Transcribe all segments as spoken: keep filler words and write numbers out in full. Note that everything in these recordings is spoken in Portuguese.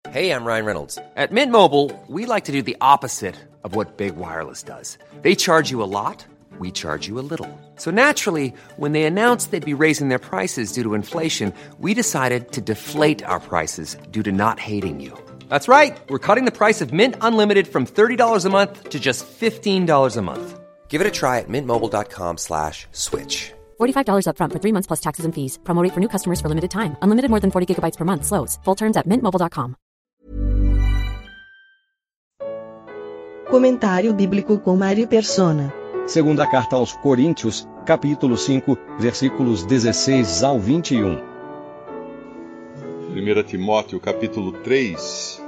Hey, I'm Ryan Reynolds. At Mint Mobile, we like to do the opposite of what Big Wireless does. They charge you a lot, we charge you a little. So naturally, when they announced they'd be raising their prices due to inflation, we decided to deflate our prices due to not hating you. That's right. We're cutting the price of Mint Unlimited from thirty dollars a month to just fifteen dollars a month. Give it a try at mintmobile.com slash switch. forty-five dollars up front for three months plus taxes and fees. Promo rate for new customers for limited time. Unlimited more than forty gigabytes per month. Slows full terms at mint mobile dot com. Comentário bíblico com Mário Persona. Segunda carta aos Coríntios, capítulo cinco, versículos dezesseis ao vinte e um. primeira Timóteo, capítulo três.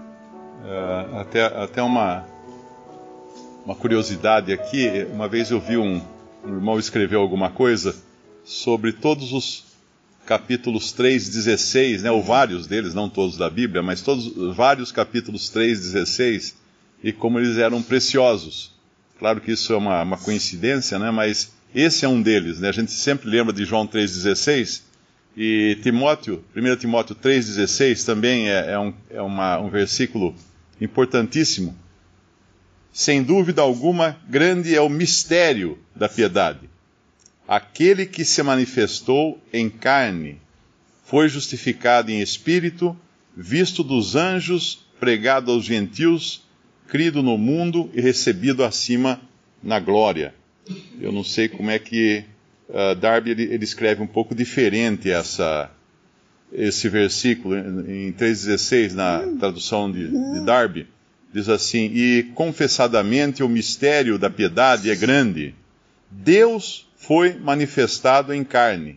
Uh, até até uma, uma curiosidade aqui. Uma vez eu vi um, um irmão escrever alguma coisa sobre todos os capítulos três, dezesseis, né, ou vários deles, não todos da Bíblia, mas todos, vários capítulos três, dezesseis, e como eles eram preciosos. Claro que isso é uma, uma coincidência, né, mas esse é um deles, né? A gente sempre lembra de João três, dezesseis, e Timóteo, primeira Timóteo três, dezesseis também é, é, um, é uma, um versículo importantíssimo. Sem dúvida alguma, grande é o mistério da piedade. Aquele que se manifestou em carne, foi justificado em espírito, visto dos anjos, pregado aos gentios, crido no mundo e recebido acima na glória. Eu não sei como é que uh, Darby ele, ele escreve um pouco diferente essa, esse versículo em três dezesseis, na tradução de, de Darby. Diz assim: e confessadamente o mistério da piedade é grande. Deus foi manifestado em carne,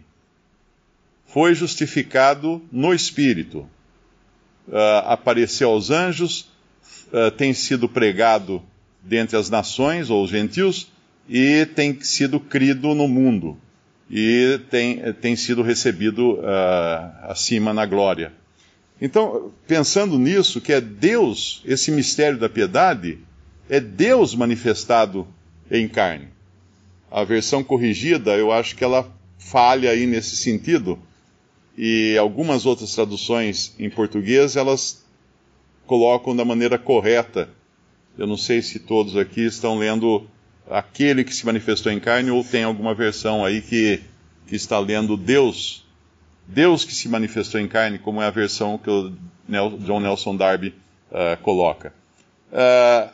foi justificado no Espírito, uh, apareceu aos anjos, uh, tem sido pregado dentre as nações, ou os gentios, e tem sido crido no mundo, e tem, tem sido recebido uh, acima na glória. Então, pensando nisso, que é Deus, esse mistério da piedade, é Deus manifestado em carne. A versão corrigida, eu acho que ela falha aí nesse sentido, e algumas outras traduções em português, elas colocam da maneira correta. Eu não sei se todos aqui estão lendo aquele que se manifestou em carne, ou tem alguma versão aí que, que está lendo Deus, Deus que se manifestou em carne, como é a versão que o John Nelson Darby uh, coloca. Uh,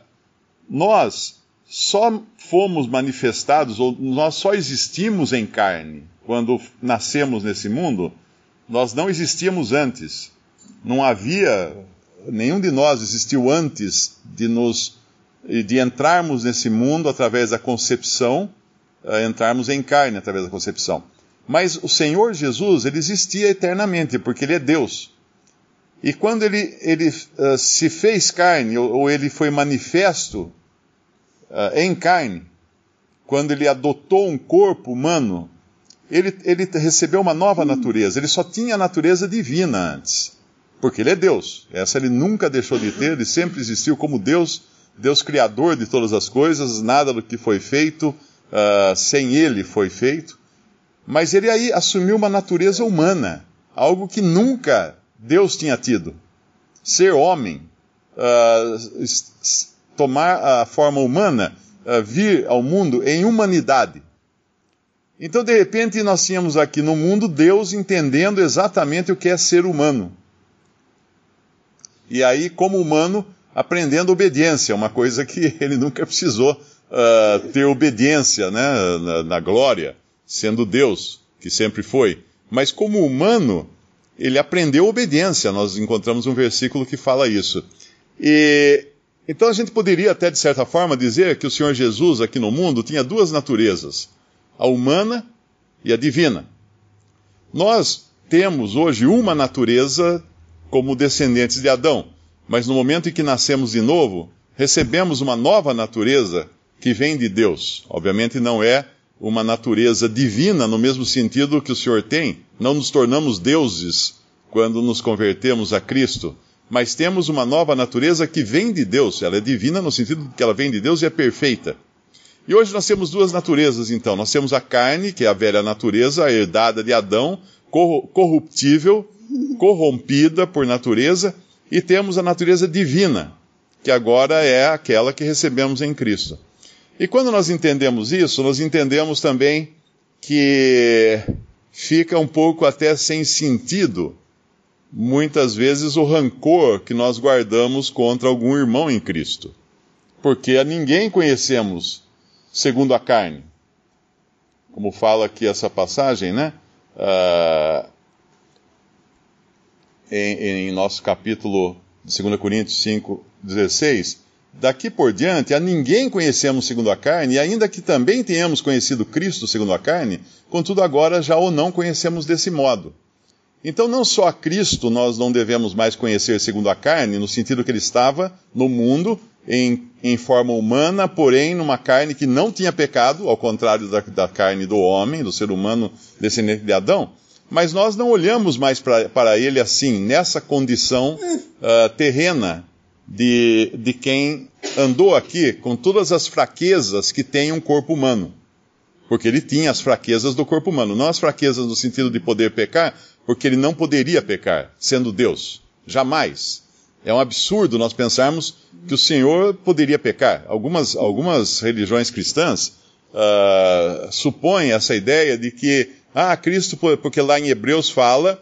nós só fomos manifestados, ou nós só existimos em carne quando nascemos nesse mundo. Nós não existíamos antes. Não havia, nenhum de nós existiu antes de nos, de entrarmos nesse mundo através da concepção, uh, entrarmos em carne através da concepção. Mas o Senhor Jesus, ele existia eternamente, porque ele é Deus. E quando ele, ele uh, se fez carne, ou, ou ele foi manifesto Uh, em carne, quando ele adotou um corpo humano, ele, ele recebeu uma nova natureza. Ele só tinha a natureza divina antes, porque ele é Deus. Essa ele nunca deixou de ter, ele sempre existiu como Deus, Deus criador de todas as coisas, nada do que foi feito, uh, sem ele foi feito. Mas ele aí assumiu uma natureza humana, algo que nunca Deus tinha tido. Ser homem, uh, tomar a forma humana, uh, vir ao mundo em humanidade. Então, de repente, nós tínhamos aqui no mundo Deus entendendo exatamente o que é ser humano. E aí, como humano, aprendendo obediência, uma coisa que ele nunca precisou uh, ter obediência, né, na, na glória, sendo Deus, que sempre foi. Mas como humano, ele aprendeu obediência. Nós encontramos um versículo que fala isso. E então a gente poderia até, de certa forma, dizer que o Senhor Jesus aqui no mundo tinha duas naturezas, a humana e a divina. Nós temos hoje uma natureza como descendentes de Adão, mas no momento em que nascemos de novo, recebemos uma nova natureza que vem de Deus. Obviamente não é uma natureza divina no mesmo sentido que o Senhor tem, não nos tornamos deuses quando nos convertemos a Cristo, mas temos uma nova natureza que vem de Deus. Ela é divina no sentido de que ela vem de Deus e é perfeita. E hoje nós temos duas naturezas, então. Nós temos a carne, que é a velha natureza, a herdada de Adão, corruptível, corrompida por natureza, e temos a natureza divina, que agora é aquela que recebemos em Cristo. E quando nós entendemos isso, nós entendemos também que fica um pouco até sem sentido, muitas vezes, o rancor que nós guardamos contra algum irmão em Cristo. Porque a ninguém conhecemos segundo a carne. Como fala aqui essa passagem, né? Uh, em, em nosso capítulo de segunda Coríntios cinco, dezesseis, daqui por diante, a ninguém conhecemos segundo a carne, e ainda que também tenhamos conhecido Cristo segundo a carne, contudo agora já o não conhecemos desse modo. Então não só a Cristo nós não devemos mais conhecer segundo a carne, no sentido que ele estava no mundo, em, em forma humana, porém numa carne que não tinha pecado, ao contrário da, da carne do homem, do ser humano descendente de Adão, mas nós não olhamos mais pra, para ele assim, nessa condição uh, terrena de, de quem andou aqui com todas as fraquezas que tem um corpo humano. Porque ele tinha as fraquezas do corpo humano, não as fraquezas no sentido de poder pecar, porque ele não poderia pecar, sendo Deus. Jamais. É um absurdo nós pensarmos que o Senhor poderia pecar. Algumas, algumas religiões cristãs uh, supõem essa ideia de que, ah, Cristo, porque lá em Hebreus fala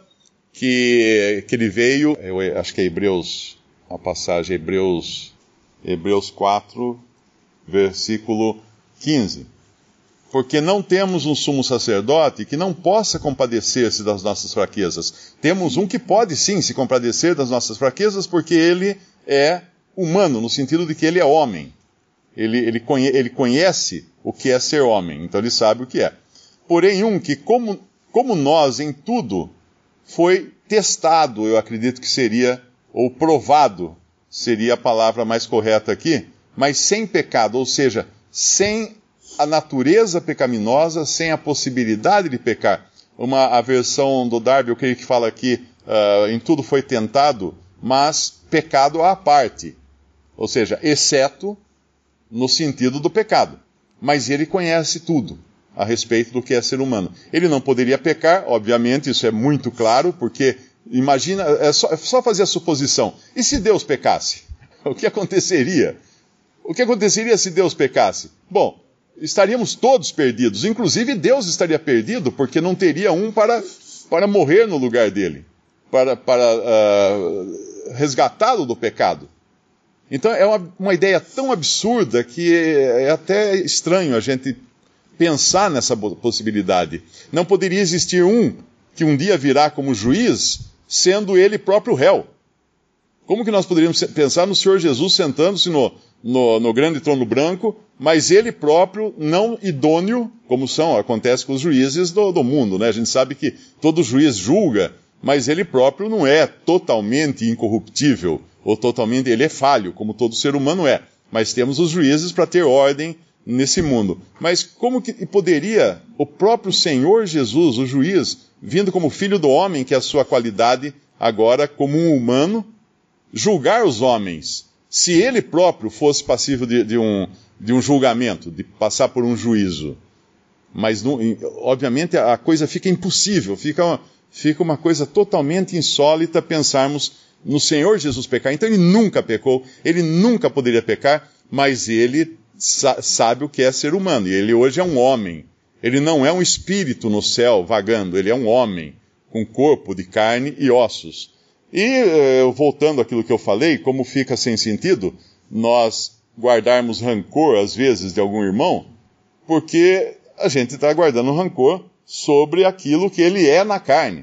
que, que ele veio, eu acho que é Hebreus, a passagem Hebreus, Hebreus quatro, versículo quinze. Porque não temos um sumo sacerdote que não possa compadecer-se das nossas fraquezas. Temos um que pode sim se compadecer das nossas fraquezas, porque ele é humano, no sentido de que ele é homem. Ele, ele, conhe, ele conhece o que é ser homem, então ele sabe o que é. Porém um que, como, como nós em tudo, foi testado, eu acredito que seria, ou provado, seria a palavra mais correta aqui, mas sem pecado, ou seja, sem a natureza pecaminosa, sem a possibilidade de pecar. Uma, a versão do Darby, eu creio que fala aqui, uh, em tudo foi tentado, mas pecado à parte. Ou seja, exceto no sentido do pecado. Mas ele conhece tudo a respeito do que é ser humano. Ele não poderia pecar, obviamente, isso é muito claro, porque, imagina, é só, é só fazer a suposição. E se Deus pecasse? O que aconteceria? O que aconteceria se Deus pecasse? Bom, estaríamos todos perdidos, inclusive Deus estaria perdido, porque não teria um para, para morrer no lugar dele, para, para uh, resgatá-lo do pecado. Então é uma, uma ideia tão absurda que é até estranho a gente pensar nessa possibilidade. Não poderia existir um que um dia virá como juiz, sendo ele próprio réu. Como que nós poderíamos pensar no Senhor Jesus sentando-se no, no, no grande trono branco, mas ele próprio não idôneo, como são, acontece com os juízes do, do mundo, né? A gente sabe que todo juiz julga, mas ele próprio não é totalmente incorruptível, ou totalmente, ele é falho, como todo ser humano é. Mas temos os juízes para ter ordem nesse mundo. Mas como que poderia o próprio Senhor Jesus, o juiz, vindo como filho do homem, que é a sua qualidade agora como um humano, julgar os homens, se ele próprio fosse passível de, de, um, de um julgamento, de passar por um juízo? Mas, não, obviamente, a coisa fica impossível, fica uma, fica uma coisa totalmente insólita pensarmos no Senhor Jesus pecar. Então ele nunca pecou, ele nunca poderia pecar, mas ele sa- sabe o que é ser humano, e ele hoje é um homem. Ele não é um espírito no céu vagando, ele é um homem, com corpo de carne e ossos. E, voltando àquilo que eu falei, como fica sem sentido nós guardarmos rancor, às vezes, de algum irmão, porque a gente está guardando rancor sobre aquilo que ele é na carne.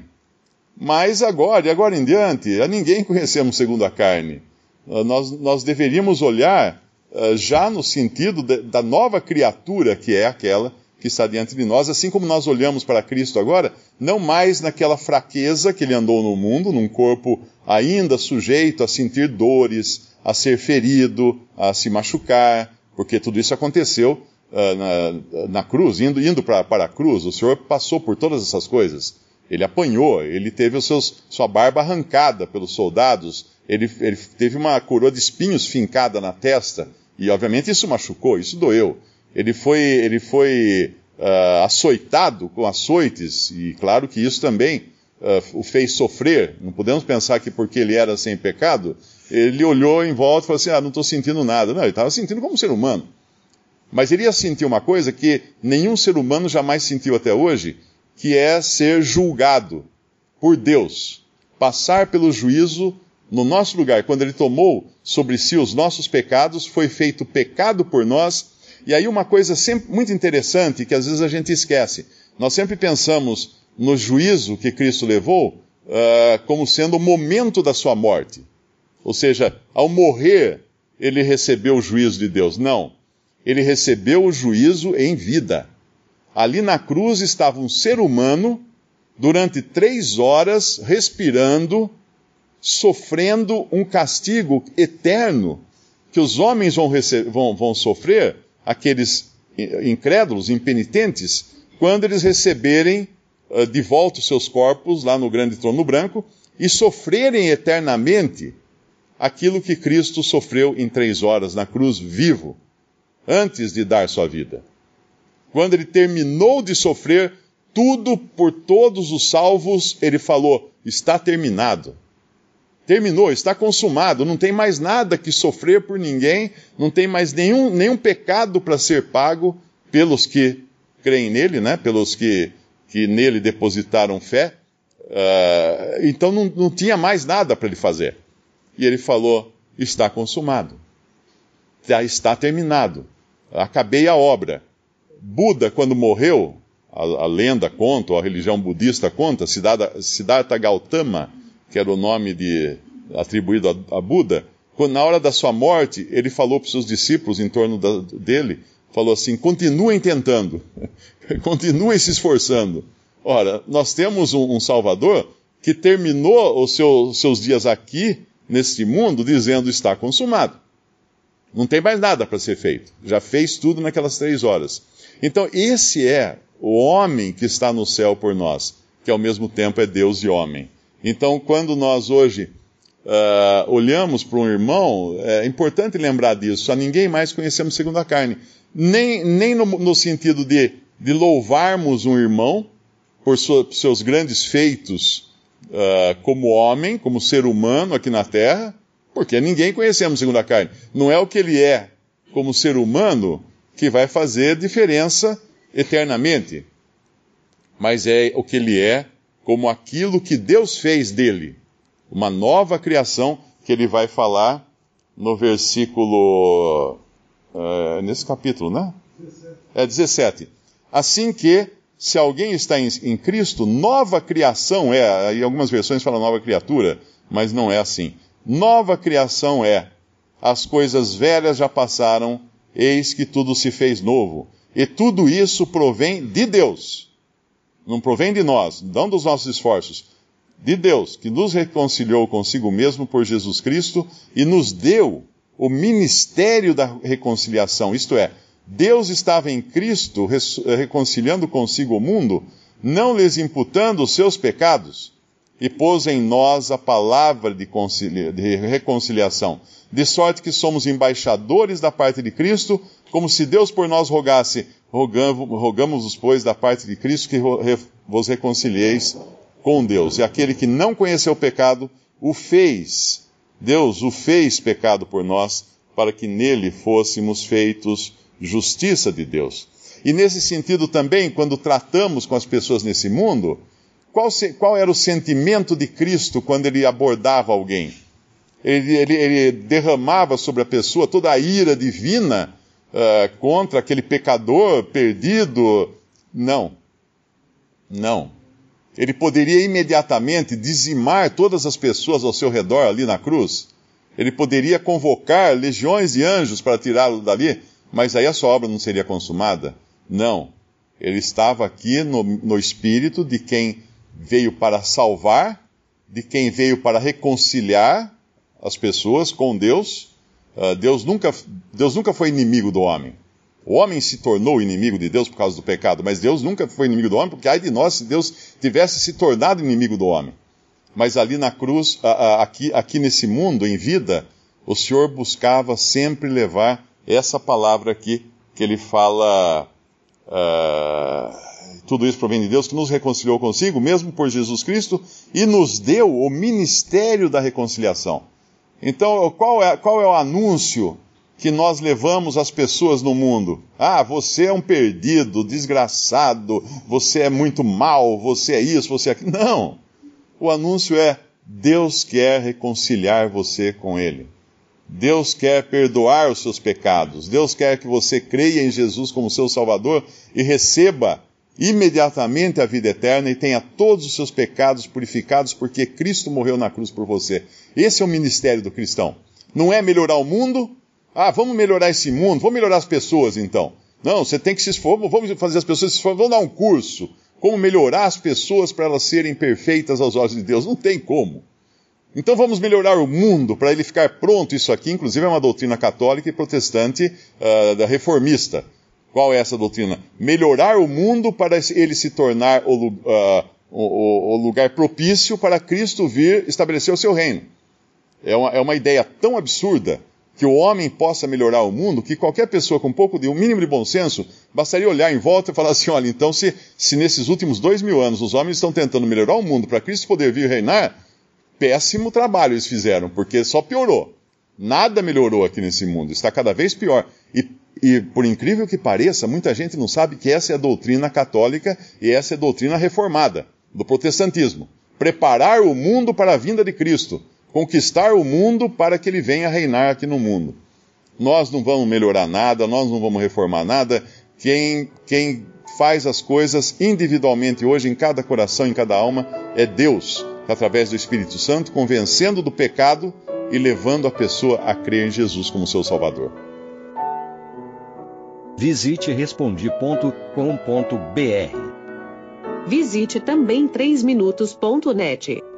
Mas agora, e agora em diante, a ninguém conhecemos segundo a carne. Nós, nós deveríamos olhar uh, já no sentido de, da nova criatura que é aquela que está diante de nós, assim como nós olhamos para Cristo agora, não mais naquela fraqueza que ele andou no mundo, num corpo ainda sujeito a sentir dores, a ser ferido, a se machucar, porque tudo isso aconteceu uh, na, na cruz, indo, indo pra, para a cruz. O Senhor passou por todas essas coisas. Ele apanhou, ele teve os seus, sua barba arrancada pelos soldados, ele, ele teve uma coroa de espinhos fincada na testa, e obviamente isso machucou, isso doeu. Ele foi, ele foi uh, açoitado com açoites, e claro que isso também uh, o fez sofrer, não podemos pensar que porque ele era sem pecado, ele olhou em volta e falou assim, ah, não estou sentindo nada. Não, ele estava sentindo como ser humano. Mas ele ia sentir uma coisa que nenhum ser humano jamais sentiu até hoje, que é ser julgado por Deus. Passar pelo juízo no nosso lugar. Quando ele tomou sobre si os nossos pecados, foi feito pecado por nós. E aí uma coisa sempre muito interessante, que às vezes a gente esquece. Nós sempre pensamos no juízo que Cristo levou uh, como sendo o momento da sua morte. Ou seja, ao morrer, ele recebeu o juízo de Deus. Não. Ele recebeu o juízo em vida. Ali na cruz estava um ser humano, durante três horas, respirando, sofrendo um castigo eterno, que os homens vão, rece- vão, vão sofrer, aqueles incrédulos, impenitentes, quando eles receberem uh, de volta os seus corpos, lá no grande trono branco, e sofrerem eternamente aquilo que Cristo sofreu em três horas na cruz, vivo, antes de dar sua vida. Quando ele terminou de sofrer tudo por todos os salvos, ele falou, está terminado. Terminou, está consumado, não tem mais nada que sofrer por ninguém, não tem mais nenhum, nenhum pecado para ser pago pelos que creem nele, né? Pelos que, que nele depositaram fé. Uh, então não, não tinha mais nada para ele fazer. E ele falou, está consumado. Já está terminado. Acabei a obra. Buda, quando morreu, a, a lenda conta, ou a religião budista conta, Siddhartha, Siddhartha Gautama, que era o nome de, atribuído a, a Buda, quando, na hora da sua morte, ele falou para os seus discípulos em torno da, dele, falou assim, continuem tentando, continuem se esforçando. Ora, nós temos um, um Salvador que terminou os seu, seus dias aqui, neste mundo, dizendo, está consumado. Não tem mais nada para ser feito. Já fez tudo naquelas três horas. Então, esse é o homem que está no céu por nós, que ao mesmo tempo é Deus e homem. Então, quando nós hoje uh, olhamos para um irmão, é importante lembrar disso. A ninguém mais conhecemos segundo a carne. Nem, nem no, no sentido de, de louvarmos um irmão por sua, seus grandes feitos uh, como homem, como ser humano aqui na terra, porque ninguém conhecemos segundo a carne. Não é o que ele é como ser humano que vai fazer diferença eternamente. Mas é o que ele é como aquilo que Deus fez dele. Uma nova criação que ele vai falar no versículo... Uh, nesse capítulo, né? É dezessete. Assim que, se alguém está em, em Cristo, nova criação é... Em algumas versões falam nova criatura, mas não é assim. Nova criação é, as coisas velhas já passaram, eis que tudo se fez novo. E tudo isso provém de Deus. Não provém de nós, não dos nossos esforços. De Deus, que nos reconciliou consigo mesmo por Jesus Cristo e nos deu o ministério da reconciliação. Isto é, Deus estava em Cristo reconciliando consigo o mundo, não lhes imputando os seus pecados, e pôs em nós a palavra de, concilia- de reconciliação, de sorte que somos embaixadores da parte de Cristo, como se Deus por nós rogasse, rogamos, rogamos-vos, pois, da parte de Cristo, que re- vos reconcilieis com Deus. E aquele que não conheceu o pecado, o fez, Deus o fez pecado por nós, para que nele fôssemos feitos justiça de Deus. E nesse sentido também, quando tratamos com as pessoas nesse mundo, Qual, se, qual era o sentimento de Cristo quando ele abordava alguém? Ele, ele, ele derramava sobre a pessoa toda a ira divina uh, contra aquele pecador perdido? Não. Não. Ele poderia imediatamente dizimar todas as pessoas ao seu redor ali na cruz. Ele poderia convocar legiões de anjos para tirá-lo dali, mas aí a sua obra não seria consumada? Não. Ele estava aqui no, no espírito de quem veio para salvar, de quem veio para reconciliar as pessoas com Deus. Uh, Deus nunca, Deus nunca foi inimigo do homem. O homem se tornou inimigo de Deus por causa do pecado, mas Deus nunca foi inimigo do homem, porque ai de nós se Deus tivesse se tornado inimigo do homem. Mas ali na cruz, uh, uh, aqui, aqui nesse mundo, em vida, o Senhor buscava sempre levar essa palavra aqui, que ele fala... Uh, tudo isso provém de Deus, que nos reconciliou consigo, mesmo por Jesus Cristo, e nos deu o ministério da reconciliação. Então, qual é, qual é o anúncio que nós levamos às pessoas no mundo? Ah, você é um perdido, desgraçado, você é muito mal, você é isso, você é aquilo. Não! O anúncio é: Deus quer reconciliar você com Ele. Deus quer perdoar os seus pecados. Deus quer que você creia em Jesus como seu Salvador e receba imediatamente a vida eterna e tenha todos os seus pecados purificados porque Cristo morreu na cruz por você. Esse é o ministério do cristão. Não é melhorar o mundo. Ah, vamos melhorar esse mundo, vamos melhorar as pessoas então. Não, você tem que se esforçar, vamos fazer as pessoas se esforçar, vamos dar um curso. Como melhorar as pessoas para elas serem perfeitas aos olhos de Deus. Não tem como. Então vamos melhorar o mundo para ele ficar pronto. Isso aqui, inclusive, é uma doutrina católica e protestante uh, da reformista. Qual é essa doutrina? Melhorar o mundo para ele se tornar o, uh, o, o lugar propício para Cristo vir estabelecer o seu reino. É uma, é uma ideia tão absurda que o homem possa melhorar o mundo, que qualquer pessoa com um pouco de um mínimo de bom senso, bastaria olhar em volta e falar assim: olha, então se, se nesses últimos dois mil anos os homens estão tentando melhorar o mundo para Cristo poder vir reinar, péssimo trabalho eles fizeram, porque só piorou. Nada melhorou aqui nesse mundo, está cada vez pior. E, e por incrível que pareça, muita gente não sabe que essa é a doutrina católica e essa é a doutrina reformada, do protestantismo. Preparar o mundo para a vinda de Cristo. Conquistar o mundo para que ele venha reinar aqui no mundo. Nós não vamos melhorar nada, nós não vamos reformar nada. Quem, quem faz as coisas individualmente hoje, em cada coração, em cada alma, é Deus, através do Espírito Santo, convencendo do pecado e levando a pessoa a crer em Jesus como seu Salvador. Visite respondi ponto com ponto br. Visite também três minutos ponto net.